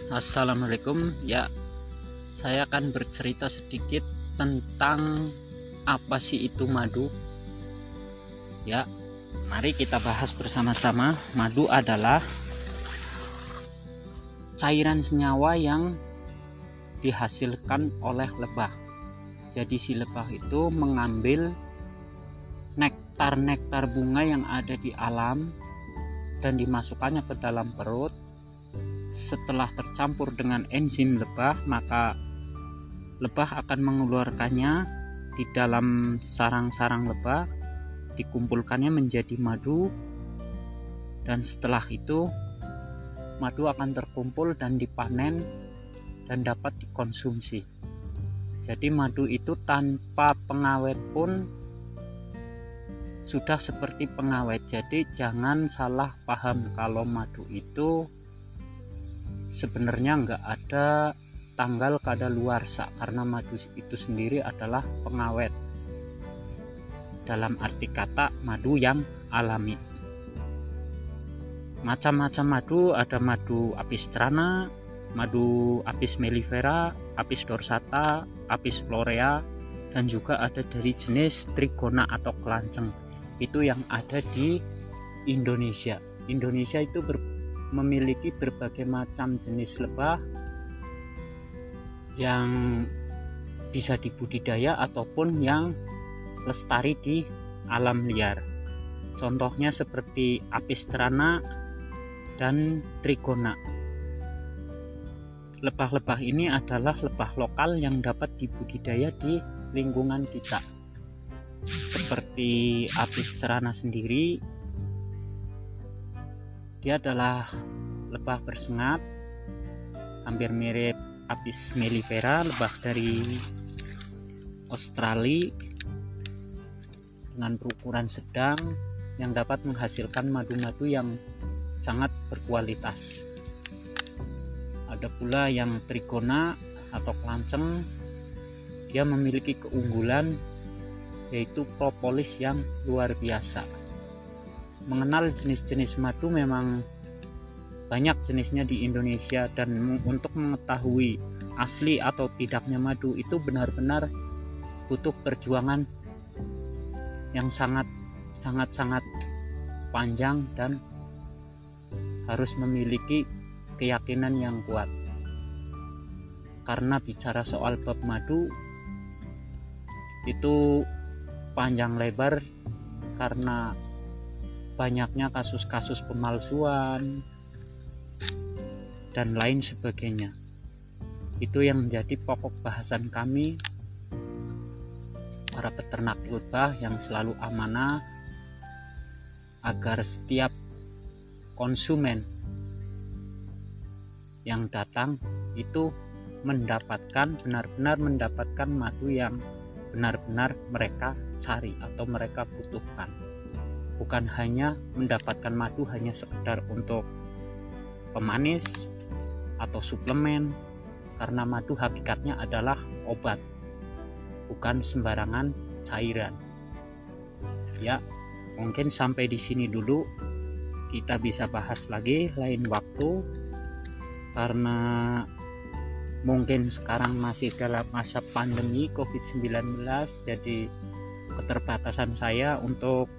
Assalamualaikum. Ya, saya akan bercerita sedikit tentang apa sih itu madu. Ya, mari kita bahas bersama-sama. Madu adalah cairan senyawa yang dihasilkan oleh lebah. Jadi si lebah itu mengambil nektar bunga yang ada di alam dan dimasukkannya ke dalam perut. Setelah tercampur dengan enzim lebah, maka lebah akan mengeluarkannya di dalam sarang-sarang lebah, dikumpulkannya menjadi madu, dan setelah itu madu akan terkumpul dan dipanen dan dapat dikonsumsi. Jadi madu itu tanpa pengawet pun sudah seperti pengawet. Jadi jangan salah paham kalau madu itu sebenarnya nggak ada tanggal kadaluarsa, karena madu itu sendiri adalah pengawet. Dalam arti kata madu yang alami. Macam-macam madu, ada madu apis cerana, madu apis mellifera, apis dorsata, apis florea, dan juga ada dari jenis trigona atau kelanceng. Itu yang ada di Indonesia. Indonesia itu memiliki berbagai macam jenis lebah yang bisa dibudidaya ataupun yang lestari di alam liar. Contohnya seperti apis cerana dan trigona. Lebah-lebah ini adalah lebah lokal yang dapat dibudidaya di lingkungan kita. Seperti apis cerana sendiri, dia adalah lebah bersengat, hampir mirip apis mellifera, lebah dari Australia dengan berukuran sedang yang dapat menghasilkan madu-madu yang sangat berkualitas. Ada pula yang trigona atau kelanceng, dia memiliki keunggulan yaitu propolis yang luar biasa. Mengenal jenis-jenis madu memang banyak jenisnya di Indonesia, dan untuk mengetahui asli atau tidaknya madu itu benar-benar butuh perjuangan yang sangat panjang dan harus memiliki keyakinan yang kuat. Karena bicara soal bab madu itu panjang lebar, karena banyaknya kasus-kasus pemalsuan dan lain sebagainya. Itu yang menjadi pokok bahasan kami, para peternak lebah yang selalu amanah, agar setiap konsumen yang datang itu benar-benar mendapatkan madu yang benar-benar mereka cari atau mereka butuhkan. Bukan hanya mendapatkan madu hanya sekedar untuk pemanis atau suplemen, karena madu hakikatnya adalah obat, bukan sembarangan cairan. Ya, mungkin sampai di sini dulu. Kita bisa bahas lagi lain waktu, karena mungkin sekarang masih dalam masa pandemi COVID-19, jadi keterbatasan saya untuk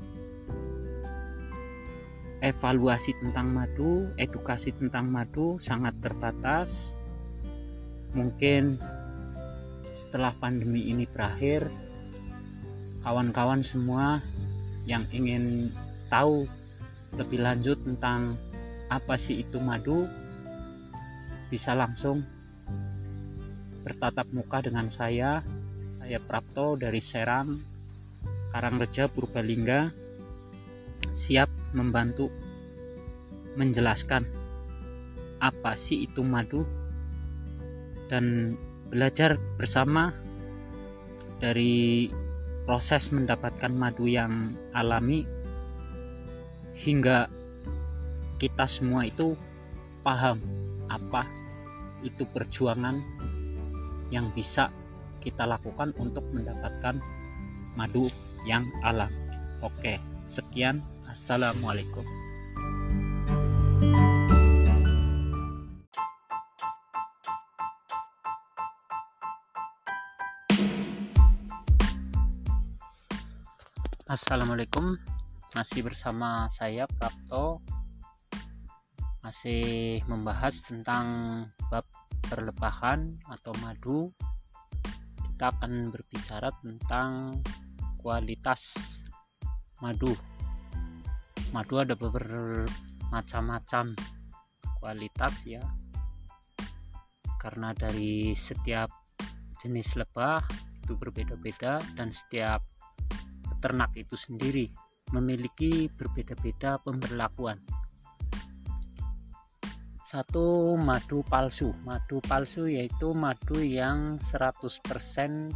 evaluasi tentang madu, edukasi tentang madu sangat terbatas. Mungkin setelah pandemi ini berakhir, kawan-kawan semua yang ingin tahu lebih lanjut tentang apa sih itu madu bisa langsung bertatap muka dengan saya Prapto dari Serang, Karangreja, Purbalingga, siap membantu menjelaskan apa sih itu madu dan belajar bersama dari proses mendapatkan madu yang alami hingga kita semua itu paham apa itu perjuangan yang bisa kita lakukan untuk mendapatkan madu yang alami. Oke, sekian. Assalamualaikum. Assalamualaikum, masih bersama saya Prapto, masih membahas tentang bab perlepahan atau madu. Kita akan berbicara tentang kualitas madu. Madu ada bermacam-macam kualitas ya, karena dari setiap jenis lebah itu berbeda-beda dan setiap peternak itu sendiri memiliki berbeda-beda pemberlakuan. Satu, madu palsu. Madu palsu yaitu madu yang 100%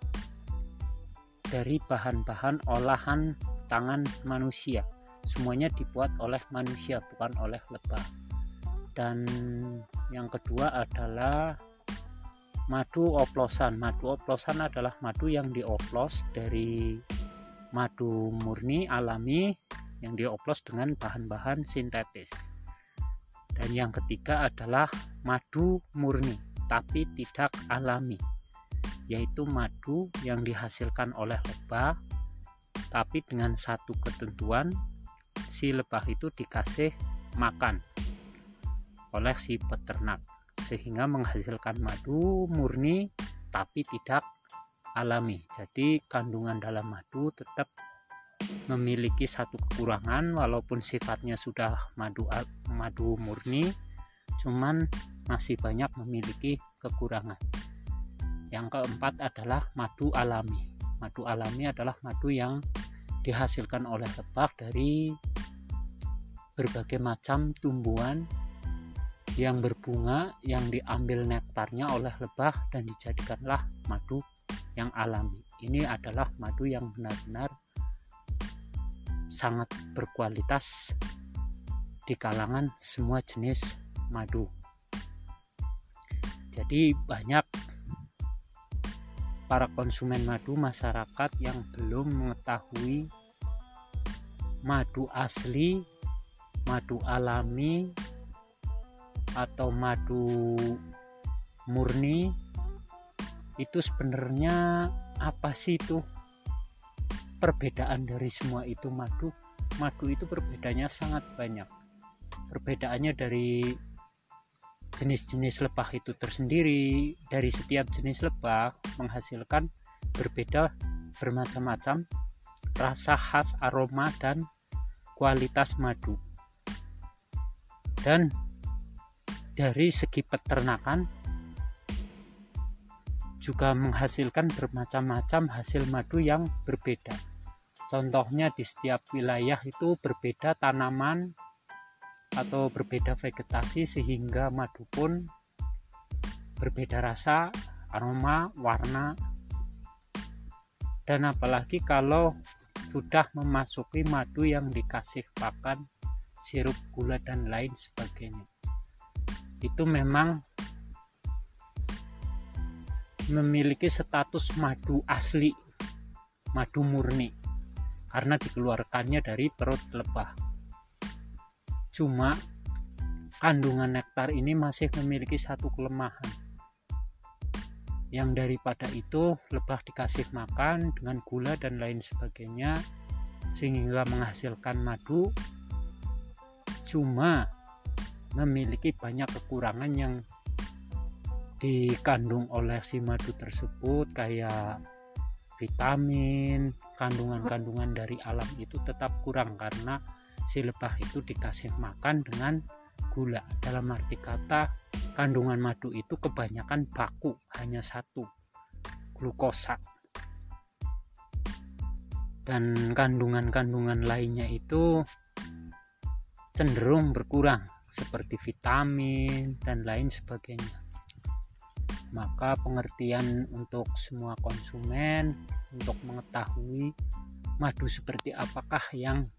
dari bahan-bahan olahan tangan manusia. Semuanya dibuat oleh manusia, bukan oleh lebah. Dan yang kedua adalah madu oplosan. Madu oplosan adalah madu yang dioplos dari madu murni alami yang dioplos dengan bahan-bahan sintetis. Dan yang ketiga adalah madu murni tapi tidak alami, yaitu madu yang dihasilkan oleh lebah tapi dengan satu ketentuan, si lebah itu dikasih makan oleh si peternak sehingga menghasilkan madu murni tapi tidak alami. Jadi kandungan dalam madu tetap memiliki satu kekurangan, walaupun sifatnya sudah madu murni, cuman masih banyak memiliki kekurangan. Yang keempat adalah madu alami. Madu alami adalah madu yang dihasilkan oleh lebah dari berbagai macam tumbuhan yang berbunga, yang diambil nektarnya oleh lebah dan dijadikanlah madu yang alami. Ini adalah madu yang benar-benar sangat berkualitas di kalangan semua jenis madu. Jadi banyak para konsumen madu, masyarakat yang belum mengetahui madu asli, madu alami, atau madu murni itu sebenarnya apa sih itu. Perbedaan dari semua itu madu itu perbedaannya sangat banyak. Perbedaannya dari jenis-jenis lebah itu tersendiri. Dari setiap jenis lebah menghasilkan berbeda bermacam-macam rasa khas, aroma, dan kualitas madu. Dan dari segi peternakan juga menghasilkan bermacam-macam hasil madu yang berbeda. Contohnya di setiap wilayah itu berbeda tanaman atau berbeda vegetasi sehingga madu pun berbeda rasa, aroma, warna. Dan apalagi kalau sudah memasuki madu yang dikasih pakan, sirup, gula, dan lain sebagainya. Itu memang memiliki status madu asli, madu murni, karena dikeluarkannya dari perut lebah. Cuma kandungan nektar ini masih memiliki satu kelemahan, yang daripada itu lebah dikasih makan dengan gula dan lain sebagainya sehingga menghasilkan madu, cuma memiliki banyak kekurangan yang dikandung oleh si madu tersebut, kayak vitamin, kandungan-kandungan dari alam itu tetap kurang karena si lebah itu dikasih makan dengan gula. Dalam arti kata, kandungan madu itu kebanyakan baku, hanya satu, glukosa. Dan kandungan-kandungan lainnya itu cenderung berkurang seperti vitamin dan lain sebagainya. Maka pengertian untuk semua konsumen untuk mengetahui madu seperti apakah yang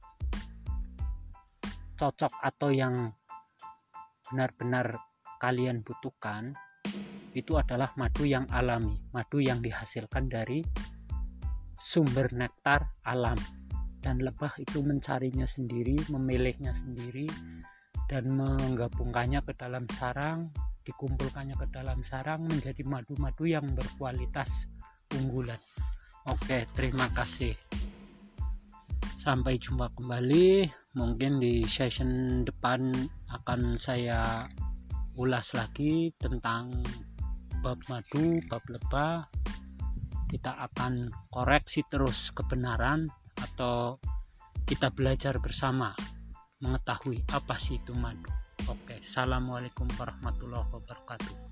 cocok atau yang benar-benar kalian butuhkan, itu adalah madu yang alami, madu yang dihasilkan dari sumber nektar alam. Dan lebah itu mencarinya sendiri, memilihnya sendiri, dan menggabungkannya ke dalam sarang, dikumpulkannya ke dalam sarang menjadi madu-madu yang berkualitas unggulan. Oke, terima kasih. Sampai jumpa kembali. Mungkin di session depan akan saya ulas lagi tentang bab madu, bab lebah. Kita akan koreksi terus kebenaran, atau kita belajar bersama mengetahui apa sih itu madu. Oke, assalamualaikum warahmatullahi wabarakatuh.